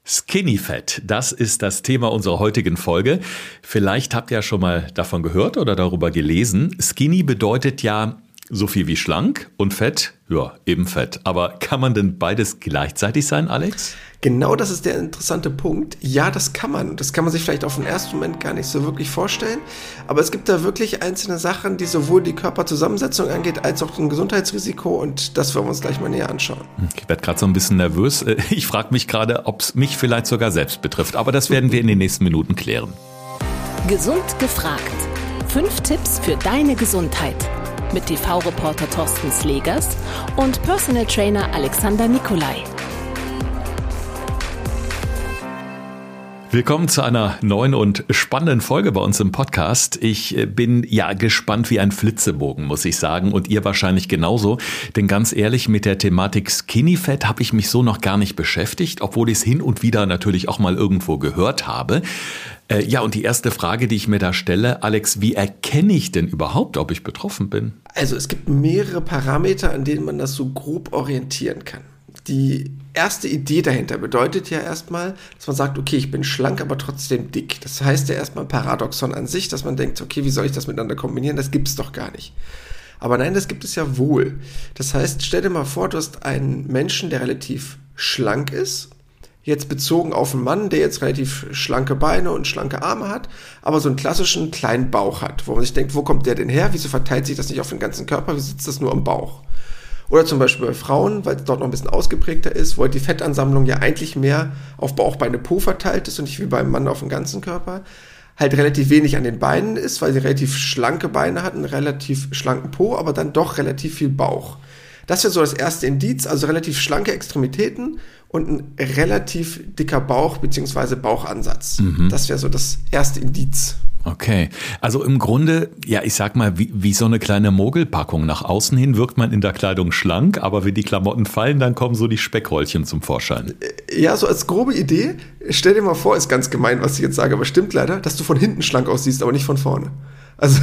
Skinny Fat, das ist das Thema unserer heutigen Folge. Vielleicht habt ihr ja schon mal davon gehört oder darüber gelesen. Skinny bedeutet ja so viel wie schlank und Fett, ja, eben Fett. Aber kann man denn beides gleichzeitig sein, Alex? Genau, das ist der interessante Punkt. Ja, das kann man. Das kann man sich vielleicht auf den ersten Moment gar nicht so wirklich vorstellen. Aber es gibt da wirklich einzelne Sachen, die sowohl die Körperzusammensetzung angeht, als auch ein Gesundheitsrisiko. Und das wollen wir uns gleich mal näher anschauen. Ich werde gerade so ein bisschen nervös. Ich frage mich gerade, ob es mich vielleicht sogar selbst betrifft. Aber das werden wir in den nächsten Minuten klären. Gesund gefragt. 5 Tipps für deine Gesundheit. Mit TV-Reporter Thorsten Slegers und Personal Trainer Alexander Nikolai. Willkommen zu einer neuen und spannenden Folge bei uns im Podcast. Ich bin ja gespannt wie ein Flitzebogen, muss ich sagen, und ihr wahrscheinlich genauso. Denn ganz ehrlich, mit der Thematik Skinny Fat habe ich mich so noch gar nicht beschäftigt, obwohl ich es hin und wieder natürlich auch mal irgendwo gehört habe. Ja, und die erste Frage, die ich mir da stelle, Alex, wie erkenne ich denn überhaupt, ob ich betroffen bin? Also es gibt mehrere Parameter, an denen man das so grob orientieren kann. Die erste Idee dahinter bedeutet ja erstmal, dass man sagt, okay, ich bin schlank, aber trotzdem dick. Das heißt ja erstmal Paradoxon an sich, dass man denkt, okay, wie soll ich das miteinander kombinieren? Das gibt's doch gar nicht. Aber nein, das gibt es ja wohl. Das heißt, stell dir mal vor, du hast einen Menschen, der relativ schlank ist, jetzt bezogen auf einen Mann, der jetzt relativ schlanke Beine und schlanke Arme hat, aber so einen klassischen kleinen Bauch hat, wo man sich denkt, wo kommt der denn her? Wieso verteilt sich das nicht auf den ganzen Körper? Wie sitzt das nur am Bauch? Oder zum Beispiel bei Frauen, weil es dort noch ein bisschen ausgeprägter ist, wo die Fettansammlung ja eigentlich mehr auf Bauch, Beine, Po verteilt ist und nicht wie beim Mann auf dem ganzen Körper. Halt relativ wenig an den Beinen ist, weil sie relativ schlanke Beine hat, einen relativ schlanken Po, aber dann doch relativ viel Bauch. Das wäre so das erste Indiz, also relativ schlanke Extremitäten und ein relativ dicker Bauch bzw. Bauchansatz. Das wäre so das erste Indiz. Okay, also im Grunde, ja, ich sag mal, wie so eine kleine Mogelpackung. Nach außen hin wirkt man in der Kleidung schlank, aber wenn die Klamotten fallen, dann kommen so die Speckröllchen zum Vorschein. Ja, so als grobe Idee, stell dir mal vor, ist ganz gemein, was ich jetzt sage, aber stimmt leider, dass du von hinten schlank aussiehst, aber nicht von vorne. Also,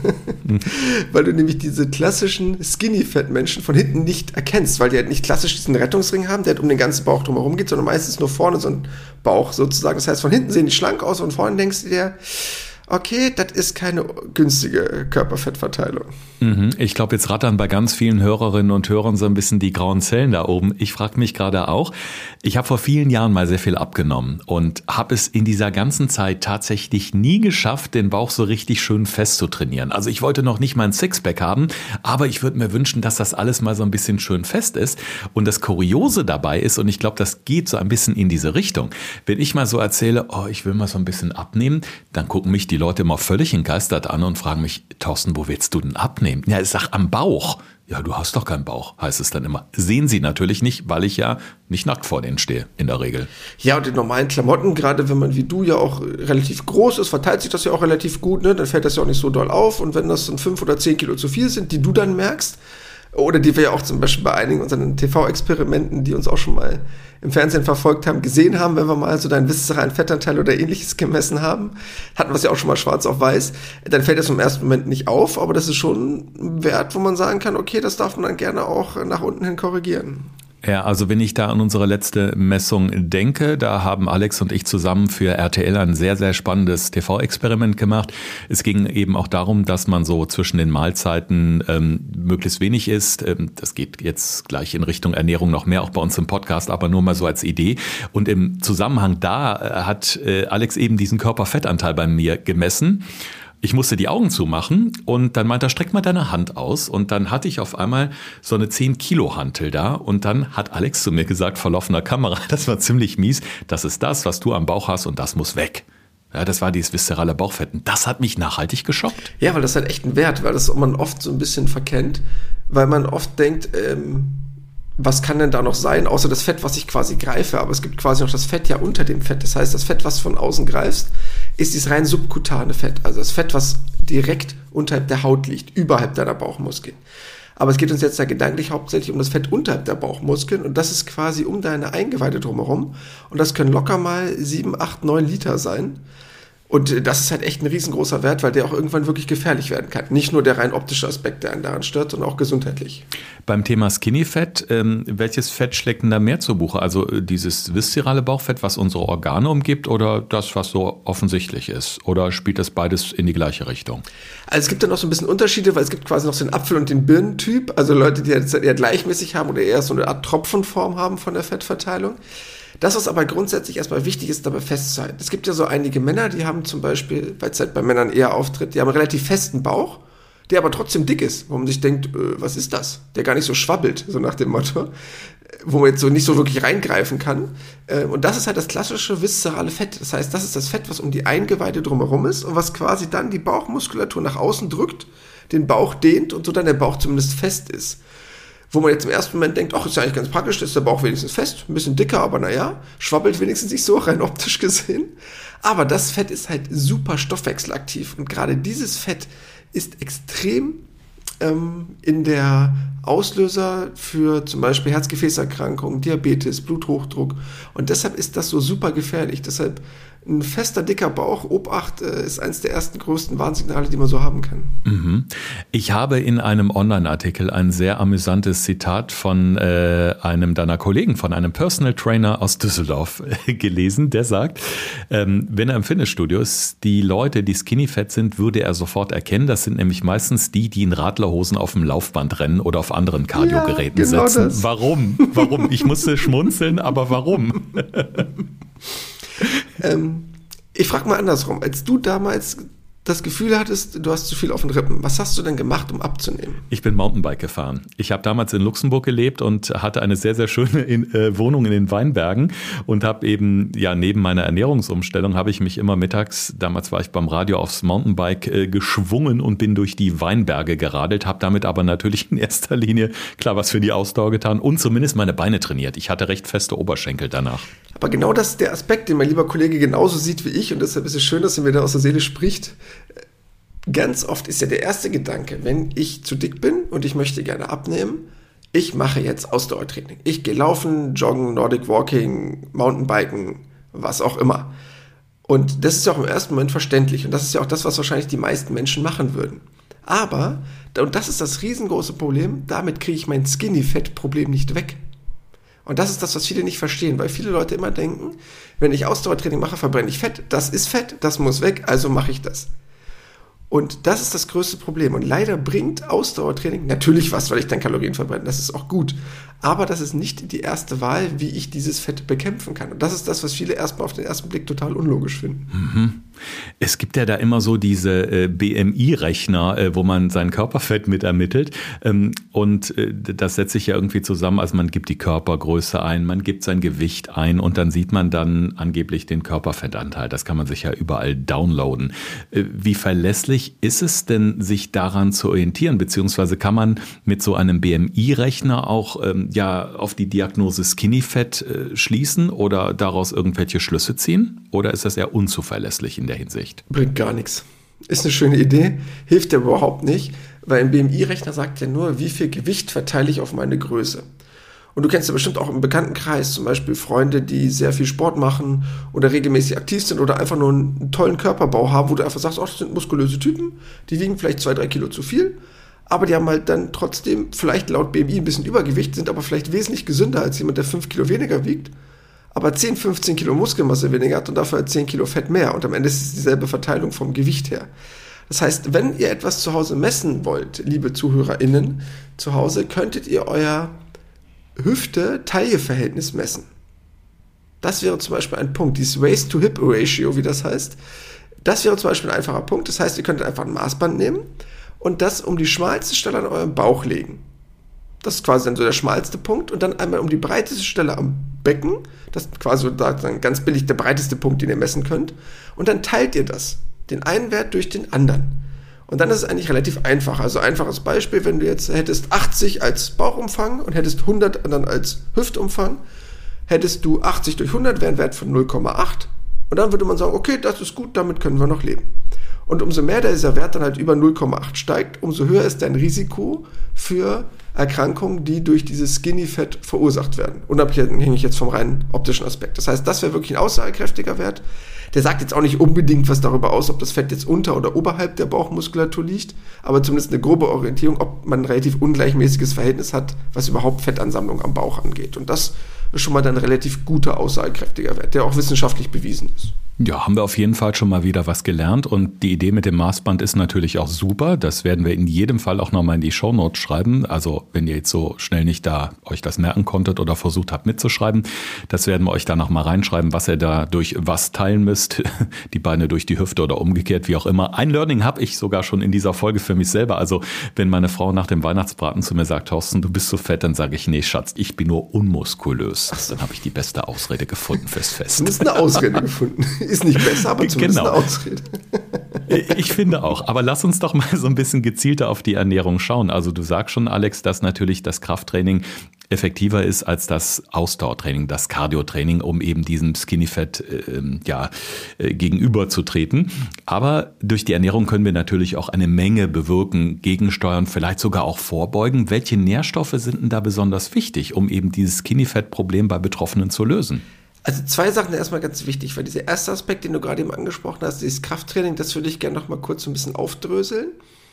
weil du nämlich diese klassischen Skinny-Fat-Menschen von hinten nicht erkennst, weil die halt nicht klassisch diesen Rettungsring haben, der halt um den ganzen Bauch drumherum geht, sondern meistens nur vorne so ein Bauch sozusagen. Das heißt, von hinten sehen die schlank aus und vorne denkst du dir, okay, das ist keine günstige Körperfettverteilung. Ich glaube, jetzt rattern bei ganz vielen Hörerinnen und Hörern so ein bisschen die grauen Zellen da oben. Ich frage mich gerade auch, ich habe vor vielen Jahren mal sehr viel abgenommen und habe es in dieser ganzen Zeit tatsächlich nie geschafft, den Bauch so richtig schön fest zu trainieren. Also ich wollte noch nicht mal ein Sixpack haben, aber ich würde mir wünschen, dass das alles mal so ein bisschen schön fest ist. Und das Kuriose dabei ist, und ich glaube, das geht so ein bisschen in diese Richtung, wenn ich mal so erzähle, oh, ich will mal so ein bisschen abnehmen, dann gucken mich die Leute immer völlig entgeistert an und fragen mich, Thorsten, wo willst du denn abnehmen? Ja, ich sag am Bauch. Ja, du hast doch keinen Bauch, heißt es dann immer. Sehen sie natürlich nicht, weil ich ja nicht nackt vor denen stehe, in der Regel. Ja, und in normalen Klamotten, gerade wenn man wie du ja auch relativ groß ist, verteilt sich das ja auch relativ gut, ne? Dann fällt das ja auch nicht so doll auf. Und wenn das dann 5 oder 10 Kilo zu viel sind, die du dann merkst, oder die wir ja auch zum Beispiel bei einigen unseren TV-Experimenten, die uns auch schon mal im Fernsehen verfolgt haben, gesehen haben, wenn wir mal so deinen viszeralen Fettanteil oder ähnliches gemessen haben, hatten wir es ja auch schon mal schwarz auf weiß, dann fällt das im ersten Moment nicht auf, aber das ist schon ein Wert, wo man sagen kann, okay, das darf man dann gerne auch nach unten hin korrigieren. Ja, also wenn ich da an unsere letzte Messung denke, da haben Alex und ich zusammen für RTL ein sehr, sehr spannendes TV-Experiment gemacht. Es ging eben auch darum, dass man so zwischen den Mahlzeiten möglichst wenig isst. Das geht jetzt gleich in Richtung Ernährung noch mehr, auch bei uns im Podcast, aber nur mal so als Idee. Und im Zusammenhang da hat Alex eben diesen Körperfettanteil bei mir gemessen. Ich musste die Augen zumachen und dann meinte er, streck mal deine Hand aus. Und dann hatte ich auf einmal so eine 10-Kilo-Hantel da. Und dann hat Alex zu mir gesagt, vor laufender Kamera, das war ziemlich mies, das ist das, was du am Bauch hast und das muss weg. Ja, das war dieses viszerale Bauchfett. Und das hat mich nachhaltig geschockt. Ja, weil das halt echt ein Wert, weil das man oft so ein bisschen verkennt, weil man oft denkt, was kann denn da noch sein, außer das Fett, was ich quasi greife. Aber es gibt quasi noch das Fett ja unter dem Fett. Das heißt, das Fett, was von außen greifst, ist dieses rein subkutane Fett. Also das Fett, was direkt unterhalb der Haut liegt, überhalb deiner Bauchmuskeln. Aber es geht uns jetzt da gedanklich hauptsächlich um das Fett unterhalb der Bauchmuskeln. Und das ist quasi um deine Eingeweide drumherum. Und das können locker mal 7, 8, 9 Liter sein. Und das ist halt echt ein riesengroßer Wert, weil der auch irgendwann wirklich gefährlich werden kann. Nicht nur der rein optische Aspekt, der einen daran stört, sondern auch gesundheitlich. Beim Thema Skinny Fat, welches Fett schlägt denn da mehr zu Buche? Also dieses viszerale Bauchfett, was unsere Organe umgibt, oder das, was so offensichtlich ist? Oder spielt das beides in die gleiche Richtung? Also es gibt da noch so ein bisschen Unterschiede, weil es gibt quasi noch so den Apfel- und den Birnentyp. Also Leute, die jetzt eher gleichmäßig haben oder eher so eine Art Tropfenform haben von der Fettverteilung. Das, was aber grundsätzlich erstmal wichtig ist, dabei festzuhalten. Es gibt ja so einige Männer, die haben zum Beispiel, weil es halt bei Männern eher auftritt, die haben einen relativ festen Bauch, der aber trotzdem dick ist, wo man sich denkt, was ist das? Der gar nicht so schwabbelt, so nach dem Motto, wo man jetzt so nicht so wirklich reingreifen kann. Und das ist halt das klassische viszerale Fett. Das heißt, das ist das Fett, was um die Eingeweide drumherum ist und was quasi dann die Bauchmuskulatur nach außen drückt, den Bauch dehnt und so dann der Bauch zumindest fest ist. Wo man jetzt im ersten Moment denkt, ach, ist ja eigentlich ganz praktisch, ist der Bauch wenigstens fest, ein bisschen dicker, aber naja, schwabbelt wenigstens nicht so, rein optisch gesehen. Aber das Fett ist halt super stoffwechselaktiv und gerade dieses Fett ist extrem in der Auslöser für zum Beispiel Herz-Gefäß-Erkrankungen, Diabetes, Bluthochdruck und deshalb ist das so super gefährlich. Deshalb ein fester, dicker Bauch, Obacht, ist eines der ersten größten Warnsignale, die man so haben kann. Mhm. Ich habe in einem Online-Artikel ein sehr amüsantes Zitat von einem deiner Kollegen, von einem Personal Trainer aus Düsseldorf gelesen, der sagt, wenn er im Fitnessstudio ist, die Leute, die skinny fett sind, würde er sofort erkennen. Das sind nämlich meistens die in Radlerhosen auf dem Laufband rennen oder auf anderen Cardio-Geräten sitzen. Das. Warum? Ich musste schmunzeln, aber warum? Ich frage mal andersrum. Als du damals das Gefühl hattest, du hast zu viel auf den Rippen, was hast du denn gemacht, um abzunehmen? Ich bin Mountainbike gefahren. Ich habe damals in Luxemburg gelebt und hatte eine sehr, sehr schöne Wohnung in den Weinbergen und habe eben, ja, neben meiner Ernährungsumstellung habe ich mich immer mittags, damals war ich beim Radio, aufs Mountainbike geschwungen und bin durch die Weinberge geradelt, habe damit aber natürlich in erster Linie, klar, was für die Ausdauer getan und zumindest meine Beine trainiert. Ich hatte recht feste Oberschenkel danach. Aber genau das ist der Aspekt, den mein lieber Kollege genauso sieht wie ich und deshalb ist es schön, dass er mir da aus der Seele spricht. Ganz oft ist ja der erste Gedanke, wenn ich zu dick bin und ich möchte gerne abnehmen, ich mache jetzt Ausdauertraining. Ich gehe laufen, joggen, Nordic Walking, Mountainbiken, was auch immer. Und das ist ja auch im ersten Moment verständlich und das ist ja auch das, was wahrscheinlich die meisten Menschen machen würden. Aber, und das ist das riesengroße Problem, damit kriege ich mein Skinny-Fett-Problem nicht weg. Und das ist das, was viele nicht verstehen, weil viele Leute immer denken, wenn ich Ausdauertraining mache, verbrenne ich Fett. Das ist Fett, das muss weg, also mache ich das. Und das ist das größte Problem. Und leider bringt Ausdauertraining natürlich was, weil ich dann Kalorien verbrenne. Das ist auch gut. Aber das ist nicht die erste Wahl, wie ich dieses Fett bekämpfen kann. Und das ist das, was viele erstmal auf den ersten Blick total unlogisch finden. Mhm. Es gibt ja da immer so diese BMI-Rechner, wo man sein Körperfett mit ermittelt. Und das setzt sich ja irgendwie zusammen. Also man gibt die Körpergröße ein, man gibt sein Gewicht ein und dann sieht man dann angeblich den Körperfettanteil. Das kann man sich ja überall downloaden. Wie verlässlich ist es denn, sich daran zu orientieren? Beziehungsweise kann man mit so einem BMI-Rechner auch auf die Diagnose Skinny Fat schließen oder daraus irgendwelche Schlüsse ziehen? Oder ist das eher unzuverlässlich in der Hinsicht? Bringt gar nichts. Ist eine schöne Idee, hilft ja überhaupt nicht, weil ein BMI-Rechner sagt ja nur, wie viel Gewicht verteile ich auf meine Größe. Und du kennst ja bestimmt auch im Bekanntenkreis zum Beispiel Freunde, die sehr viel Sport machen oder regelmäßig aktiv sind oder einfach nur einen tollen Körperbau haben, wo du einfach sagst, das sind muskulöse Typen, die wiegen vielleicht 2-3 Kilo zu viel, aber die haben halt dann trotzdem vielleicht laut BMI ein bisschen Übergewicht, sind aber vielleicht wesentlich gesünder als jemand, der 5 Kilo weniger wiegt, aber 10, 15 Kilo Muskelmasse weniger hat und dafür halt 10 Kilo Fett mehr. Und am Ende ist es dieselbe Verteilung vom Gewicht her. Das heißt, wenn ihr etwas zu Hause messen wollt, liebe ZuhörerInnen, zu Hause könntet ihr euer Hüfte-Taille-Verhältnis messen. Das wäre zum Beispiel ein Punkt, dieses Waist-to-Hip-Ratio, wie das heißt. Das wäre zum Beispiel ein einfacher Punkt. Das heißt, ihr könntet einfach ein Maßband nehmen und das um die schmalste Stelle an eurem Bauch legen. Das ist quasi dann so der schmalste Punkt und dann einmal um die breiteste Stelle am Becken, das ist quasi dann ganz billig der breiteste Punkt, den ihr messen könnt, und dann teilt ihr das, den einen Wert durch den anderen. Und dann ist es eigentlich relativ einfach. Also einfaches Beispiel, wenn du jetzt hättest 80 als Bauchumfang und hättest 100 dann als Hüftumfang, hättest du 80 durch 100, wäre ein Wert von 0,8 und dann würde man sagen, okay, das ist gut, damit können wir noch leben. Und umso mehr dieser Wert dann halt über 0,8 steigt, umso höher ist dein Risiko für Erkrankungen, die durch dieses Skinny Fat verursacht werden. Unabhängig jetzt vom rein optischen Aspekt. Das heißt, das wäre wirklich ein aussagekräftiger Wert. Der sagt jetzt auch nicht unbedingt was darüber aus, ob das Fett jetzt unter- oder oberhalb der Bauchmuskulatur liegt, aber zumindest eine grobe Orientierung, ob man ein relativ ungleichmäßiges Verhältnis hat, was überhaupt Fettansammlung am Bauch angeht. Und das ist schon mal dann ein relativ guter, aussagekräftiger Wert, der auch wissenschaftlich bewiesen ist. Ja, haben wir auf jeden Fall schon mal wieder was gelernt und die Idee mit dem Maßband ist natürlich auch super. Das werden wir in jedem Fall auch nochmal in die Shownotes schreiben. Also wenn ihr jetzt so schnell nicht da euch das merken konntet oder versucht habt mitzuschreiben, das werden wir euch da nochmal reinschreiben, was ihr da durch was teilen müsst. Die Beine durch die Hüfte oder umgekehrt, wie auch immer. Ein Learning habe ich sogar schon in dieser Folge für mich selber. Also wenn meine Frau nach dem Weihnachtsbraten zu mir sagt, Thorsten, du bist so fett, dann sage ich, nee Schatz, ich bin nur unmuskulös. Dann habe ich die beste Ausrede gefunden fürs Fest. Du hast eine Ausrede gefunden. Ist nicht besser, aber zumindest eine Ausrede. Ich finde auch. Aber lass uns doch mal so ein bisschen gezielter auf die Ernährung schauen. Also du sagst schon, Alex, dass natürlich das Krafttraining effektiver ist als das Ausdauertraining, das Cardiotraining, um eben diesem Skinny Fat gegenüberzutreten. Aber durch die Ernährung können wir natürlich auch eine Menge bewirken, gegensteuern, vielleicht sogar auch vorbeugen. Welche Nährstoffe sind denn da besonders wichtig, um eben dieses Skinny Fat Problem bei Betroffenen zu lösen? Also 2 Sachen erstmal ganz wichtig, weil dieser erste Aspekt, den du gerade eben angesprochen hast, dieses Krafttraining, das würde ich gerne noch mal kurz so ein bisschen aufdröseln,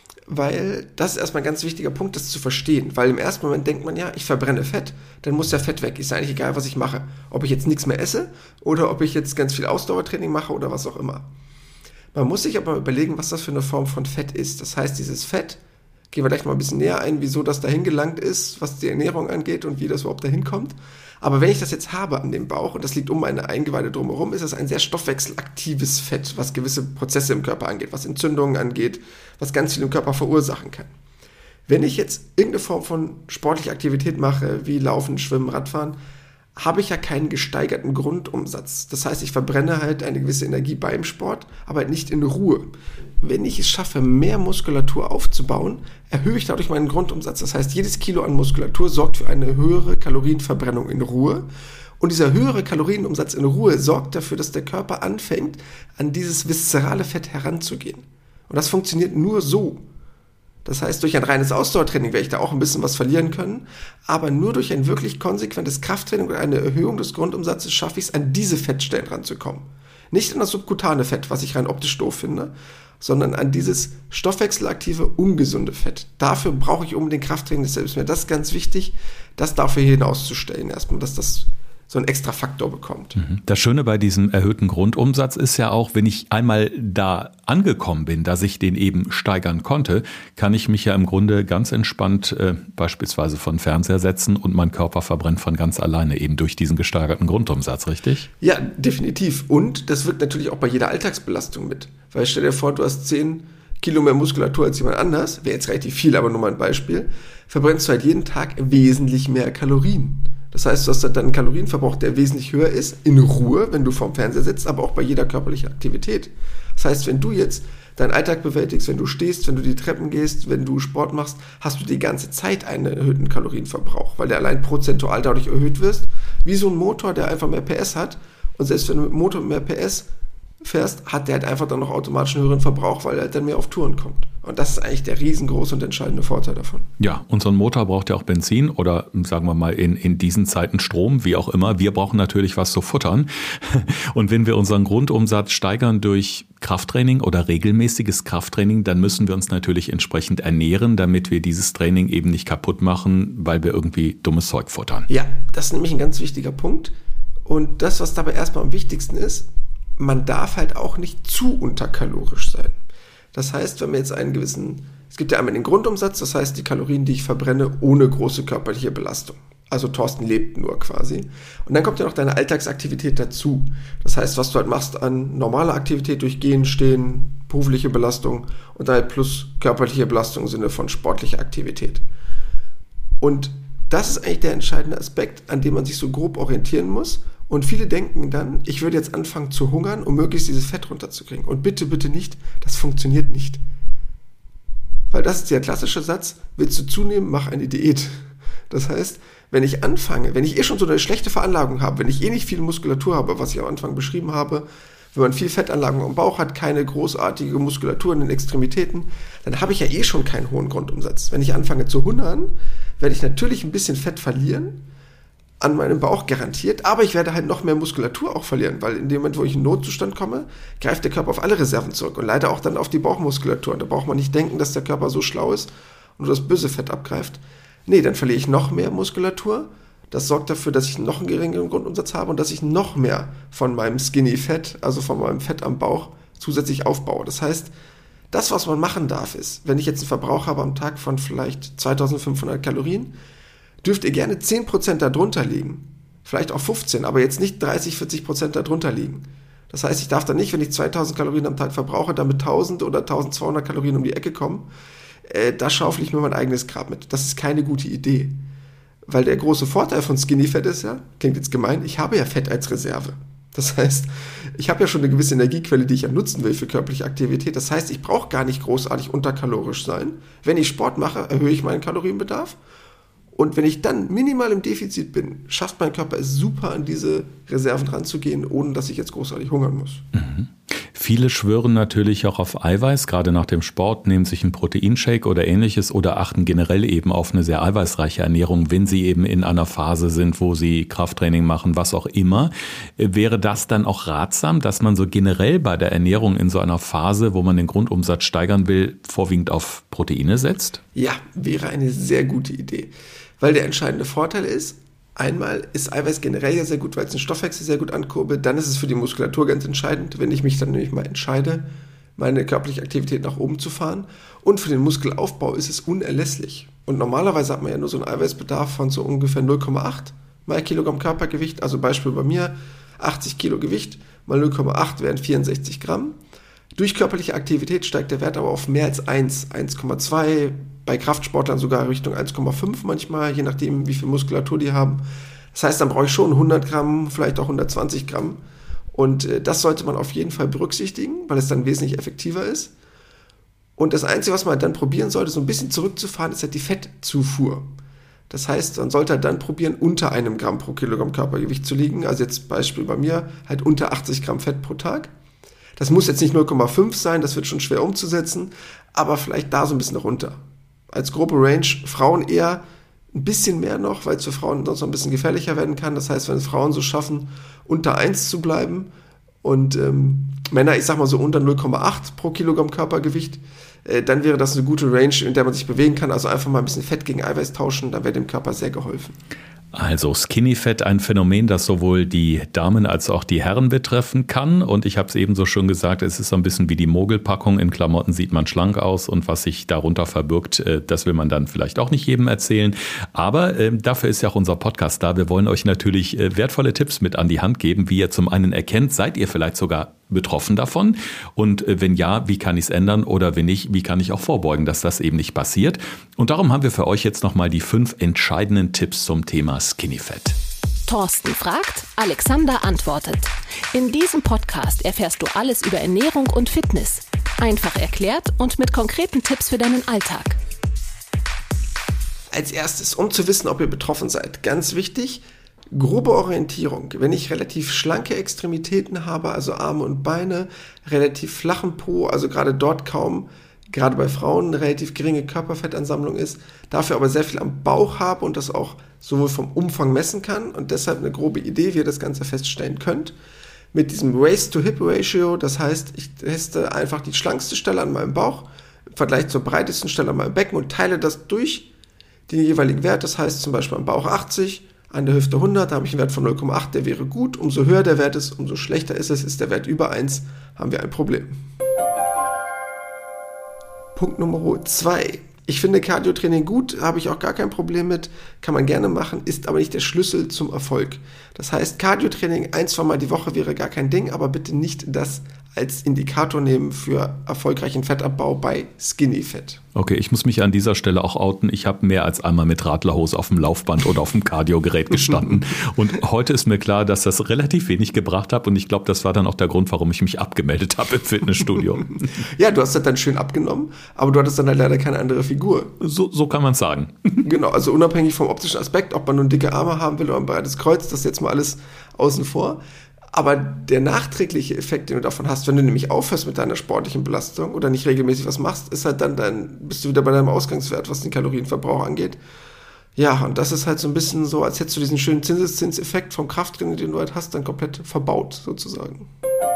weil das ist erstmal ein ganz wichtiger Punkt, das zu verstehen, weil im ersten Moment denkt man ja, ich verbrenne Fett, dann muss der Fett weg, ist eigentlich egal, was ich mache, ob ich jetzt nichts mehr esse oder ob ich jetzt ganz viel Ausdauertraining mache oder was auch immer. Man muss sich aber überlegen, was das für eine Form von Fett ist. Das heißt, dieses Fett, gehen wir gleich mal ein bisschen näher ein, wieso das dahin gelangt ist, was die Ernährung angeht und wie das überhaupt dahin kommt. Aber wenn ich das jetzt habe an dem Bauch und das liegt um meine Eingeweide drumherum, ist das ein sehr stoffwechselaktives Fett, was gewisse Prozesse im Körper angeht, was Entzündungen angeht, was ganz viel im Körper verursachen kann. Wenn ich jetzt irgendeine Form von sportlicher Aktivität mache, wie Laufen, Schwimmen, Radfahren, habe ich ja keinen gesteigerten Grundumsatz. Das heißt, ich verbrenne halt eine gewisse Energie beim Sport, aber halt nicht in Ruhe. Wenn ich es schaffe, mehr Muskulatur aufzubauen, erhöhe ich dadurch meinen Grundumsatz. Das heißt, jedes Kilo an Muskulatur sorgt für eine höhere Kalorienverbrennung in Ruhe. Und dieser höhere Kalorienumsatz in Ruhe sorgt dafür, dass der Körper anfängt, an dieses viszerale Fett heranzugehen. Und das funktioniert nur so. Das heißt, durch ein reines Ausdauertraining werde ich da auch ein bisschen was verlieren können, aber nur durch ein wirklich konsequentes Krafttraining und eine Erhöhung des Grundumsatzes schaffe ich es, an diese Fettstellen ranzukommen. Nicht an das subkutane Fett, was ich rein optisch doof finde, sondern an dieses stoffwechselaktive, ungesunde Fett. Dafür brauche ich unbedingt Krafttraining, deshalb ist mir das ganz wichtig, das dafür hinauszustellen erstmal, dass das so einen extra Faktor bekommt. Das Schöne bei diesem erhöhten Grundumsatz ist ja auch, wenn ich einmal da angekommen bin, dass ich den eben steigern konnte, kann ich mich ja im Grunde ganz entspannt beispielsweise von Fernseher setzen und mein Körper verbrennt von ganz alleine eben durch diesen gesteigerten Grundumsatz, richtig? Ja, definitiv. Und das wirkt natürlich auch bei jeder Alltagsbelastung mit. Weil stell dir vor, du hast 10 Kilo mehr Muskulatur als jemand anders, wäre jetzt relativ viel, aber nur mal ein Beispiel, verbrennst du halt jeden Tag wesentlich mehr Kalorien. Das heißt, du hast dann einen Kalorienverbrauch, der wesentlich höher ist, in Ruhe, wenn du vorm Fernseher sitzt, aber auch bei jeder körperlichen Aktivität. Das heißt, wenn du jetzt deinen Alltag bewältigst, wenn du stehst, wenn du die Treppen gehst, wenn du Sport machst, hast du die ganze Zeit einen erhöhten Kalorienverbrauch, weil der allein prozentual dadurch erhöht wirst, wie so ein Motor, der einfach mehr PS hat. Und selbst wenn du mit dem Motor mehr PS fährst, hat der halt einfach dann noch automatisch einen höheren Verbrauch, weil er halt dann mehr auf Touren kommt. Und das ist eigentlich der riesengroße und entscheidende Vorteil davon. Ja, und so ein Motor braucht ja auch Benzin oder sagen wir mal in diesen Zeiten Strom, wie auch immer. Wir brauchen natürlich was zu futtern. Und wenn wir unseren Grundumsatz steigern durch Krafttraining oder regelmäßiges Krafttraining, dann müssen wir uns natürlich entsprechend ernähren, damit wir dieses Training eben nicht kaputt machen, weil wir irgendwie dummes Zeug futtern. Ja, das ist nämlich ein ganz wichtiger Punkt. Und das, was dabei erstmal am wichtigsten ist, man darf halt auch nicht zu unterkalorisch sein. Das heißt, wenn wir jetzt es gibt ja einmal den Grundumsatz, das heißt die Kalorien, die ich verbrenne, ohne große körperliche Belastung. Also Thorsten lebt nur quasi. Und dann kommt ja noch deine Alltagsaktivität dazu. Das heißt, was du halt machst an normaler Aktivität durch Gehen, Stehen, berufliche Belastung und dann halt plus körperliche Belastung im Sinne von sportlicher Aktivität. Und das ist eigentlich der entscheidende Aspekt, an dem man sich so grob orientieren muss. Und viele denken dann, ich würde jetzt anfangen zu hungern, um möglichst dieses Fett runterzukriegen. Und bitte, bitte nicht, das funktioniert nicht. Weil das ist der klassische Satz, willst du zunehmen, mach eine Diät. Das heißt, wenn ich anfange, wenn ich schon so eine schlechte Veranlagung habe, wenn ich nicht viel Muskulatur habe, was ich am Anfang beschrieben habe, Wenn man viel Fettanlagen am Bauch hat, keine großartige Muskulatur in den Extremitäten, dann habe ich ja schon keinen hohen Grundumsatz. Wenn ich anfange zu hungern, werde ich natürlich ein bisschen Fett verlieren, an meinem Bauch garantiert, aber ich werde halt noch mehr Muskulatur auch verlieren, weil in dem Moment, wo ich in Notzustand komme, greift der Körper auf alle Reserven zurück und leider auch dann auf die Bauchmuskulatur. Und da braucht man nicht denken, dass der Körper so schlau ist und das böse Fett abgreift. Nee, dann verliere ich noch mehr Muskulatur. Das sorgt dafür, dass ich noch einen geringeren Grundumsatz habe und dass ich noch mehr von meinem Skinny Fett, also von meinem Fett am Bauch, zusätzlich aufbaue. Das heißt, das, was man machen darf, ist, wenn ich jetzt einen Verbrauch habe am Tag von vielleicht 2500 Kalorien, dürft ihr gerne 10% darunter liegen. Vielleicht auch 15, aber jetzt nicht 30-40% darunter liegen. Das heißt, ich darf dann nicht, wenn ich 2000 Kalorien am Tag verbrauche, damit 1000 oder 1200 Kalorien um die Ecke kommen. Da schaufel ich mir mein eigenes Grab mit. Das ist keine gute Idee. Weil der große Vorteil von Skinny Fett ist ja, klingt jetzt gemein, ich habe ja Fett als Reserve. Das heißt, ich habe ja schon eine gewisse Energiequelle, die ich ja nutzen will für körperliche Aktivität. Das heißt, ich brauche gar nicht großartig unterkalorisch sein. Wenn ich Sport mache, erhöhe ich meinen Kalorienbedarf. Und wenn ich dann minimal im Defizit bin, schafft mein Körper es super, an diese Reserven ranzugehen, ohne dass ich jetzt großartig hungern muss. Mhm. Viele schwören natürlich auch auf Eiweiß, gerade nach dem Sport, nehmen sich einen Proteinshake oder ähnliches oder achten generell eben auf eine sehr eiweißreiche Ernährung, wenn sie eben in einer Phase sind, wo sie Krafttraining machen, was auch immer. Wäre das dann auch ratsam, dass man so generell bei der Ernährung in so einer Phase, wo man den Grundumsatz steigern will, vorwiegend auf Proteine setzt? Ja, wäre eine sehr gute Idee. Weil der entscheidende Vorteil ist, einmal ist Eiweiß generell ja sehr gut, weil es den Stoffwechsel sehr gut ankurbelt. Dann ist es für die Muskulatur ganz entscheidend, wenn ich mich dann nämlich mal entscheide, meine körperliche Aktivität nach oben zu fahren. Und für den Muskelaufbau ist es unerlässlich. Und normalerweise hat man ja nur so einen Eiweißbedarf von so ungefähr 0,8 mal Kilogramm Körpergewicht. Also Beispiel bei mir, 80 Kilo Gewicht mal 0,8 wären 64 Gramm. Durch körperliche Aktivität steigt der Wert aber auf mehr als 1,2, bei Kraftsportlern sogar Richtung 1,5 manchmal, je nachdem, wie viel Muskulatur die haben. Das heißt, dann brauche ich schon 100 Gramm, vielleicht auch 120 Gramm. Und das sollte man auf jeden Fall berücksichtigen, weil es dann wesentlich effektiver ist. Und das Einzige, was man dann probieren sollte, so ein bisschen zurückzufahren, ist halt die Fettzufuhr. Das heißt, man sollte halt dann probieren, unter 1 Gramm pro Kilogramm Körpergewicht zu liegen. Also jetzt Beispiel bei mir, halt unter 80 Gramm Fett pro Tag. Das muss jetzt nicht 0,5 sein, das wird schon schwer umzusetzen, aber vielleicht da so ein bisschen noch runter. Als grobe Range, Frauen eher ein bisschen mehr noch, weil es für Frauen sonst noch ein bisschen gefährlicher werden kann. Das heißt, wenn es Frauen so schaffen, unter 1 zu bleiben und Männer, ich sag mal so unter 0,8 pro Kilogramm Körpergewicht, dann wäre das eine gute Range, in der man sich bewegen kann. Also einfach mal ein bisschen Fett gegen Eiweiß tauschen, dann wäre dem Körper sehr geholfen. Also Skinny Fat, ein Phänomen, das sowohl die Damen als auch die Herren betreffen kann. Und ich habe es eben so schon gesagt, es ist so ein bisschen wie die Mogelpackung. In Klamotten sieht man schlank aus und was sich darunter verbirgt, das will man dann vielleicht auch nicht jedem erzählen. Aber dafür ist ja auch unser Podcast da. Wir wollen euch natürlich wertvolle Tipps mit an die Hand geben, wie ihr zum einen erkennt, seid ihr vielleicht sogar betroffen davon? Und wenn ja, wie kann ich es ändern? Oder wenn nicht, wie kann ich auch vorbeugen, dass das eben nicht passiert? Und darum haben wir für euch jetzt nochmal die 5 entscheidenden Tipps zum Thema Skinny Fat. Thorsten fragt, Alexander antwortet. In diesem Podcast erfährst du alles über Ernährung und Fitness. Einfach erklärt und mit konkreten Tipps für deinen Alltag. Als erstes, um zu wissen, ob ihr betroffen seid, ganz wichtig, grobe Orientierung. Wenn ich relativ schlanke Extremitäten habe, also Arme und Beine, relativ flachen Po, also gerade dort kaum, gerade bei Frauen eine relativ geringe Körperfettansammlung ist, dafür aber sehr viel am Bauch habe und das auch sowohl vom Umfang messen kann und deshalb eine grobe Idee, wie ihr das Ganze feststellen könnt. Mit diesem Waist-to-Hip-Ratio, das heißt, ich teste einfach die schlankste Stelle an meinem Bauch im Vergleich zur breitesten Stelle an meinem Becken und teile das durch den jeweiligen Wert. Das heißt zum Beispiel am Bauch 80, an der Hüfte 100, da habe ich einen Wert von 0,8, der wäre gut. Umso höher der Wert ist, umso schlechter ist es. Ist der Wert über 1, haben wir ein Problem. Punkt Nummer 2. Ich finde Cardio-Training gut, habe ich auch gar kein Problem mit, kann man gerne machen, ist aber nicht der Schlüssel zum Erfolg. Das heißt, Cardio-Training 1-2 Mal die Woche wäre gar kein Ding, aber bitte nicht das als Indikator nehmen für erfolgreichen Fettabbau bei Skinny Fat. Okay, ich muss mich an dieser Stelle auch outen. Ich habe mehr als einmal mit Radlerhose auf dem Laufband oder auf dem Cardio-Gerät gestanden. Und heute ist mir klar, dass das relativ wenig gebracht hat. Und ich glaube, das war dann auch der Grund, warum ich mich abgemeldet habe im Fitnessstudio. Ja, du hast das dann schön abgenommen, aber du hattest dann halt leider keine andere Figur. So kann man es sagen. Genau, also unabhängig vom optischen Aspekt, ob man nun dicke Arme haben will oder ein breites Kreuz, das ist jetzt mal alles außen vor. Aber der nachträgliche Effekt, den du davon hast, wenn du nämlich aufhörst mit deiner sportlichen Belastung oder nicht regelmäßig was machst, ist halt dann bist du wieder bei deinem Ausgangswert, was den Kalorienverbrauch angeht. Ja, und das ist halt so ein bisschen so, als hättest du diesen schönen Zinseszinseffekt vom Krafttraining, den du halt hast, dann komplett verbaut, sozusagen.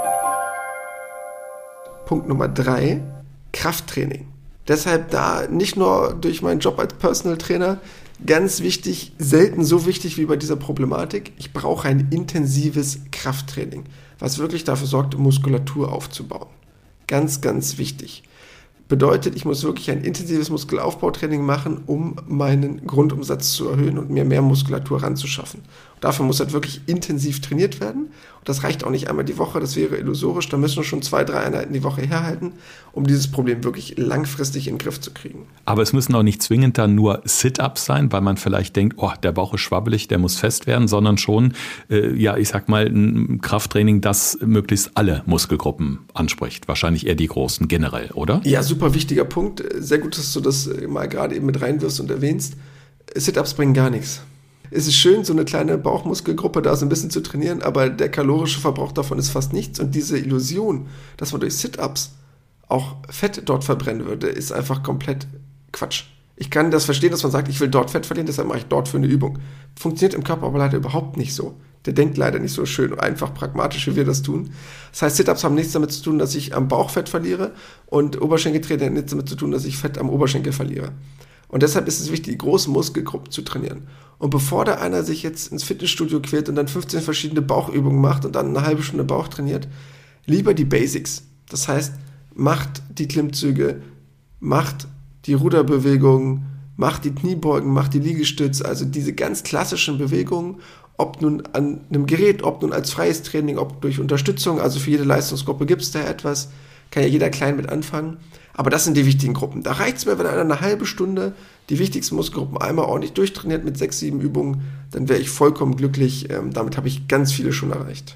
Punkt Nummer 3, Krafttraining. Deshalb da nicht nur durch meinen Job als Personal Trainer, ganz wichtig, selten so wichtig wie bei dieser Problematik, ich brauche ein intensives Krafttraining, was wirklich dafür sorgt, Muskulatur aufzubauen. Ganz, ganz wichtig. Bedeutet, ich muss wirklich ein intensives Muskelaufbautraining machen, um meinen Grundumsatz zu erhöhen und mir mehr Muskulatur ranzuschaffen. Und dafür muss halt wirklich intensiv trainiert werden. Und das reicht auch nicht einmal die Woche, das wäre illusorisch. Da müssen wir schon 2-3 Einheiten die Woche herhalten, um dieses Problem wirklich langfristig in den Griff zu kriegen. Aber es müssen auch nicht zwingend dann nur Sit-Ups sein, weil man vielleicht denkt, oh, der Bauch ist schwabbelig, der muss fest werden, sondern schon, ich sag mal, ein Krafttraining, das möglichst alle Muskelgruppen anspricht. Wahrscheinlich eher die großen generell, oder? Ja, super wichtiger Punkt. Sehr gut, dass du das mal gerade eben mit reinwirfst und erwähnst. Sit-Ups bringen gar nichts. Es ist schön, so eine kleine Bauchmuskelgruppe da so ein bisschen zu trainieren, aber der kalorische Verbrauch davon ist fast nichts. Und diese Illusion, dass man durch Sit-Ups auch Fett dort verbrennen würde, ist einfach komplett Quatsch. Ich kann das verstehen, dass man sagt, ich will dort Fett verlieren, deshalb mache ich dort für eine Übung. Funktioniert im Körper aber leider überhaupt nicht so. Der denkt leider nicht so schön und einfach pragmatisch, wie wir das tun. Das heißt, Sit-Ups haben nichts damit zu tun, dass ich am Bauch Fett verliere und Oberschenkeltraining hat nichts damit zu tun, dass ich Fett am Oberschenkel verliere. Und deshalb ist es wichtig, die großen Muskelgruppen zu trainieren. Und bevor da einer sich jetzt ins Fitnessstudio quält und dann 15 verschiedene Bauchübungen macht und dann eine halbe Stunde Bauch trainiert, lieber die Basics. Das heißt, macht die Klimmzüge, macht die Ruderbewegungen, macht die Kniebeugen, macht die Liegestütze, also diese ganz klassischen Bewegungen, ob nun an einem Gerät, ob nun als freies Training, ob durch Unterstützung, also für jede Leistungsgruppe gibt es da etwas, kann ja jeder klein mit anfangen. Aber das sind die wichtigen Gruppen. Da reicht es mir, wenn einer eine halbe Stunde die wichtigsten Muskelgruppen einmal ordentlich durchtrainiert mit 6-7 Übungen, dann wäre ich vollkommen glücklich. Damit habe ich ganz viele schon erreicht.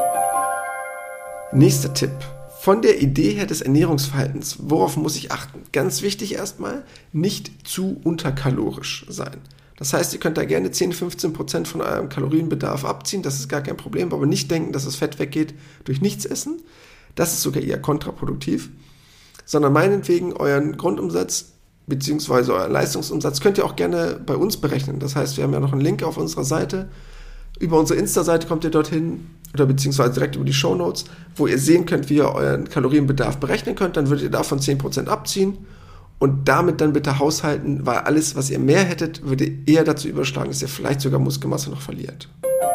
Nächster Tipp. Von der Idee her des Ernährungsverhaltens, worauf muss ich achten? Ganz wichtig erstmal, nicht zu unterkalorisch sein. Das heißt, ihr könnt da gerne 10-15% von eurem Kalorienbedarf abziehen, das ist gar kein Problem, aber nicht denken, dass das Fett weggeht durch nichts essen. Das ist sogar eher kontraproduktiv. Sondern meinetwegen euren Grundumsatz bzw. euren Leistungsumsatz könnt ihr auch gerne bei uns berechnen. Das heißt, wir haben ja noch einen Link auf unserer Seite. Über unsere Insta-Seite kommt ihr dorthin oder beziehungsweise direkt über die Shownotes, wo ihr sehen könnt, wie ihr euren Kalorienbedarf berechnen könnt. Dann würdet ihr davon 10% abziehen und damit dann bitte haushalten, weil alles, was ihr mehr hättet, würde eher dazu überschlagen, dass ihr vielleicht sogar Muskelmasse noch verliert.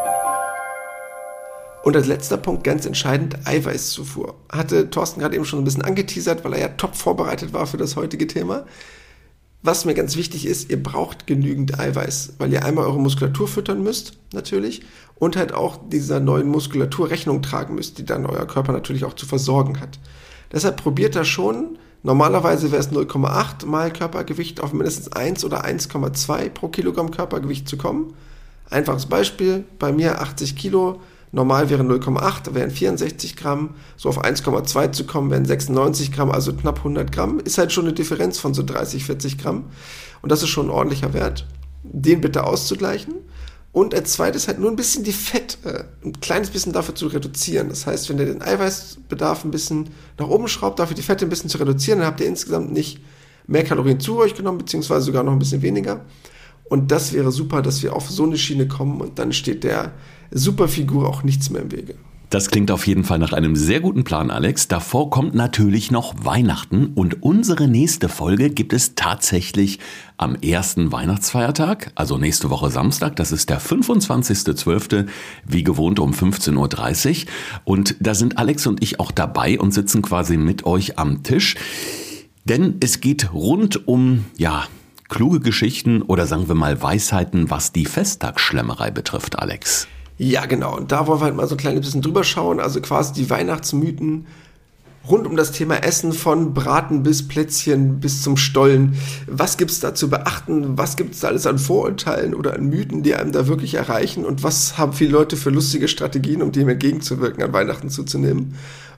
Und als letzter Punkt, ganz entscheidend, Eiweißzufuhr. Hatte Thorsten gerade eben schon ein bisschen angeteasert, weil er ja top vorbereitet war für das heutige Thema. Was mir ganz wichtig ist, ihr braucht genügend Eiweiß, weil ihr einmal eure Muskulatur füttern müsst, natürlich, und halt auch dieser neuen Muskulatur Rechnung tragen müsst, die dann euer Körper natürlich auch zu versorgen hat. Deshalb probiert das schon. Normalerweise wäre es 0,8 mal Körpergewicht auf mindestens 1 oder 1,2 pro Kilogramm Körpergewicht zu kommen. Einfaches Beispiel, bei mir 80 Kilo, normal wäre 0,8, wären 64 Gramm, so auf 1,2 zu kommen, wären 96 Gramm, also knapp 100 Gramm, ist halt schon eine Differenz von so 30, 40 Gramm und das ist schon ein ordentlicher Wert, den bitte auszugleichen und als zweites halt nur ein bisschen die Fett, ein kleines bisschen dafür zu reduzieren, das heißt, wenn ihr den Eiweißbedarf ein bisschen nach oben schraubt, dafür die Fette ein bisschen zu reduzieren, dann habt ihr insgesamt nicht mehr Kalorien zu euch genommen, beziehungsweise sogar noch ein bisschen weniger und das wäre super, dass wir auf so eine Schiene kommen und dann steht der Superfigur auch nichts mehr im Wege. Das klingt auf jeden Fall nach einem sehr guten Plan, Alex. Davor kommt natürlich noch Weihnachten und unsere nächste Folge gibt es tatsächlich am ersten Weihnachtsfeiertag, also nächste Woche Samstag. Das ist der 25.12., wie gewohnt um 15.30 Uhr. Und da sind Alex und ich auch dabei und sitzen quasi mit euch am Tisch. Denn es geht rund um, kluge Geschichten oder sagen wir mal Weisheiten, was die Festtagsschlemmerei betrifft, Alex. Ja, genau. Und da wollen wir halt mal so ein kleines bisschen drüber schauen. Also quasi die Weihnachtsmythen rund um das Thema Essen, von Braten bis Plätzchen bis zum Stollen. Was gibt's da zu beachten? Was gibt's da alles an Vorurteilen oder an Mythen, die einem da wirklich erreichen? Und was haben viele Leute für lustige Strategien, um dem entgegenzuwirken, an Weihnachten zuzunehmen?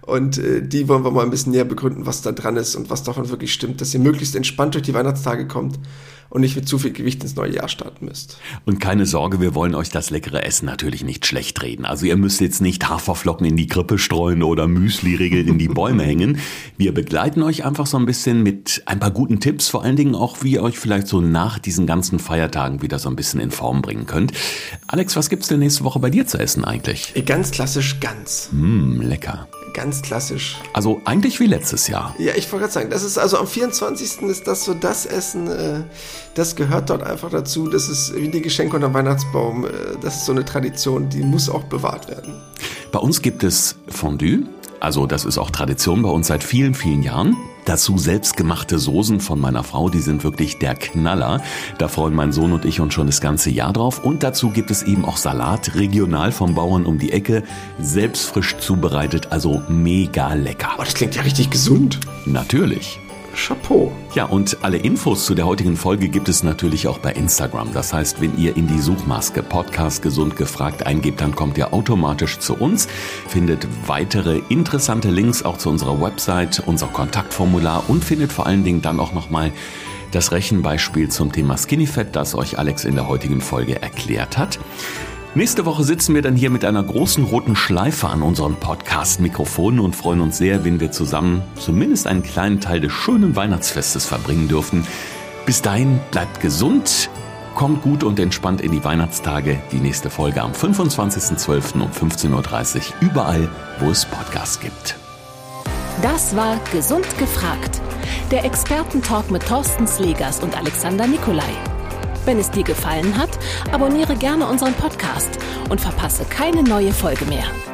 Und die wollen wir mal ein bisschen näher begründen, was da dran ist und was davon wirklich stimmt, dass ihr möglichst entspannt durch die Weihnachtstage kommt und nicht mit zu viel Gewicht ins neue Jahr starten müsst. Und keine Sorge, wir wollen euch das leckere Essen natürlich nicht schlecht reden. Also ihr müsst jetzt nicht Haferflocken in die Krippe streuen oder Müsli-Riegel in die Bäume hängen. Wir begleiten euch einfach so ein bisschen mit ein paar guten Tipps, vor allen Dingen auch, wie ihr euch vielleicht so nach diesen ganzen Feiertagen wieder so ein bisschen in Form bringen könnt. Alex, was gibt's denn nächste Woche bei dir zu essen eigentlich? Ganz klassisch Gans. Lecker. Ganz klassisch. Also eigentlich wie letztes Jahr. Ja, ich wollte gerade sagen, das ist also am 24. ist das so das Essen, das gehört dort einfach dazu. Das ist wie die Geschenke unter dem Weihnachtsbaum. Das ist so eine Tradition, die muss auch bewahrt werden. Bei uns gibt es Fondue. Also das ist auch Tradition bei uns seit vielen, vielen Jahren. Dazu selbstgemachte Soßen von meiner Frau, die sind wirklich der Knaller. Da freuen mein Sohn und ich uns schon das ganze Jahr drauf. Und dazu gibt es eben auch Salat, regional vom Bauern um die Ecke, selbst frisch zubereitet, also mega lecker. Oh, das klingt ja richtig gesund. Natürlich. Chapeau. Ja, und alle Infos zu der heutigen Folge gibt es natürlich auch bei Instagram. Das heißt, wenn ihr in die Suchmaske Podcast gesund gefragt eingebt, dann kommt ihr automatisch zu uns, findet weitere interessante Links auch zu unserer Website, unser Kontaktformular und findet vor allen Dingen dann auch nochmal das Rechenbeispiel zum Thema Skinny Fat, das euch Alex in der heutigen Folge erklärt hat. Nächste Woche sitzen wir dann hier mit einer großen roten Schleife an unseren Podcast-Mikrofonen und freuen uns sehr, wenn wir zusammen zumindest einen kleinen Teil des schönen Weihnachtsfestes verbringen dürfen. Bis dahin bleibt gesund, kommt gut und entspannt in die Weihnachtstage. Die nächste Folge am 25.12. um 15.30 Uhr, überall, wo es Podcasts gibt. Das war Gesund gefragt, der Expertentalk mit Thorsten Slegers und Alexander Nikolai. Wenn es dir gefallen hat, abonniere gerne unseren Podcast und verpasse keine neue Folge mehr.